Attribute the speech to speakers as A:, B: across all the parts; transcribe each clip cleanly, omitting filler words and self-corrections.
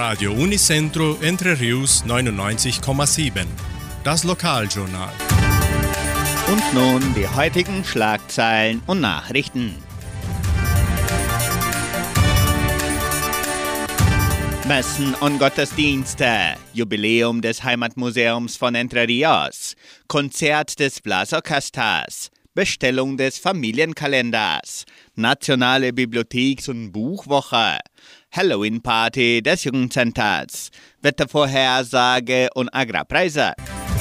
A: Radio Unicentro Entre Rius 99,7. Das Lokaljournal.
B: Und nun die heutigen Schlagzeilen und Nachrichten. Messen und Gottesdienste, Jubiläum des Heimatmuseums von Entre Rios, Konzert des Blasorchesters, Bestellung des Familienkalenders, Nationale Bibliotheks- und Buchwoche, Halloween-Party des Jugendcenters, Wettervorhersage und Agrarpreise.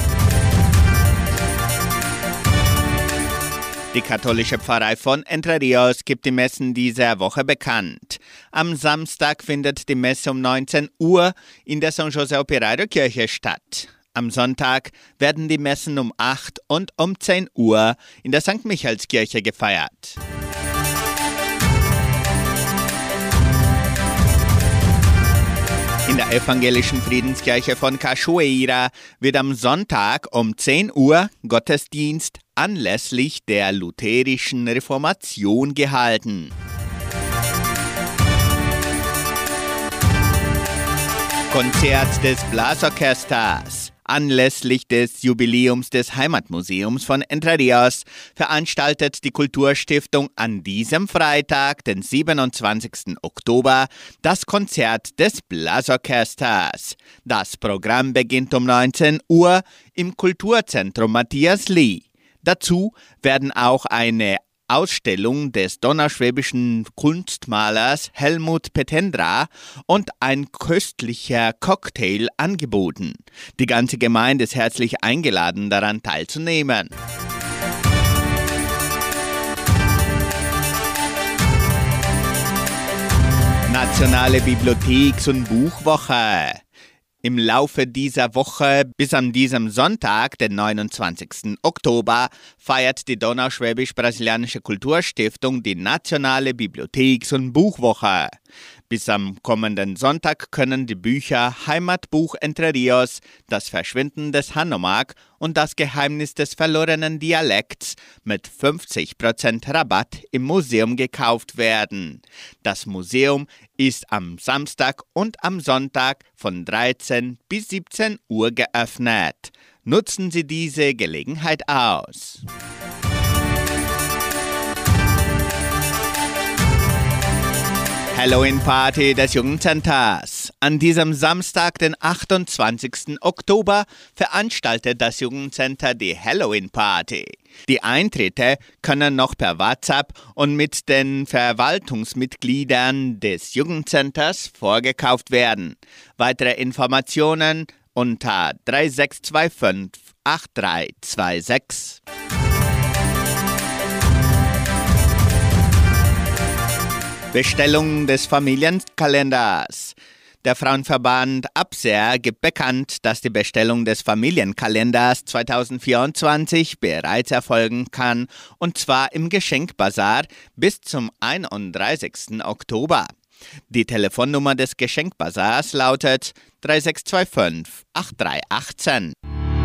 B: Die katholische Pfarrei von Entre Rios gibt die Messen dieser Woche bekannt. Am Samstag findet die Messe um 19 Uhr in der San José Operario Kirche statt. Am Sonntag werden die Messen um 8 und um 10 Uhr in der St. Michaelskirche gefeiert. In der evangelischen Friedenskirche von Cachoeira wird am Sonntag um 10 Uhr Gottesdienst anlässlich der lutherischen Reformation gehalten. Konzert des Blasorchesters. Anlässlich des Jubiläums des Heimatmuseums von Entre Rios veranstaltet die Kulturstiftung an diesem Freitag, den 27. Oktober, das Konzert des Blasorchesters. Das Programm beginnt um 19 Uhr im Kulturzentrum Matthias Lee. Dazu werden auch eine Ausstellung des donauschwäbischen Kunstmalers Helmut Petendra und ein köstlicher Cocktail angeboten. Die ganze Gemeinde ist herzlich eingeladen, daran teilzunehmen. Nationale Bibliotheks- und Buchwoche. Im Laufe dieser Woche bis an diesem Sonntag, den 29. Oktober, feiert die Donauschwäbisch-Brasilianische Kulturstiftung die Nationale Bibliotheks- und Buchwoche. Bis am kommenden Sonntag können die Bücher Heimatbuch Entre Rios, Das Verschwinden des Hanomag und Das Geheimnis des verlorenen Dialekts mit 50% Rabatt im Museum gekauft werden. Das Museum ist am Samstag und am Sonntag von 13 bis 17 Uhr geöffnet. Nutzen Sie diese Gelegenheit aus. Halloween-Party des Jugendcenters. An diesem Samstag, den 28. Oktober, veranstaltet das Jugendcenter die Halloween-Party. Die Eintritte können noch per WhatsApp und mit den Verwaltungsmitgliedern des Jugendcenters vorgekauft werden. Weitere Informationen unter 3625 8326. Bestellung des Familienkalenders. Der Frauenverband ABSER gibt bekannt, dass die Bestellung des Familienkalenders 2024 bereits erfolgen kann, und zwar im Geschenkbazar bis zum 31. Oktober. Die Telefonnummer des Geschenkbazars lautet 3625 8318.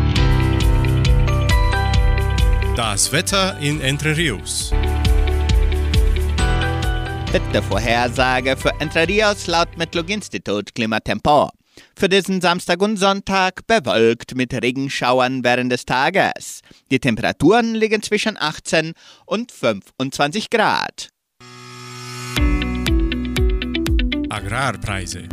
A: Das Wetter in Entre Rios.
B: Wettervorhersage für Entre Rios laut Metlog-Institut Klimatempo. Für diesen Samstag und Sonntag bewölkt mit Regenschauern während des Tages. Die Temperaturen liegen zwischen 18 und 25 Grad.
A: Agrarpreise.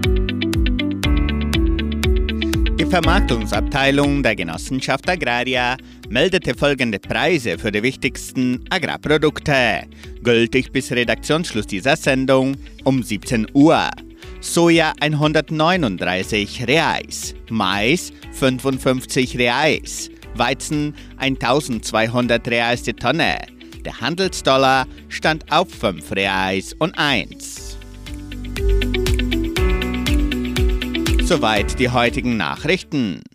B: Die Vermarktungsabteilung der Genossenschaft Agraria meldete folgende Preise für die wichtigsten Agrarprodukte. Gültig bis Redaktionsschluss dieser Sendung um 17 Uhr. Soja 139 Reais, Mais 55 Reais, Weizen 1200 Reais die Tonne. Der Handelsdollar stand auf 5 Reais und 1. Soweit die heutigen Nachrichten.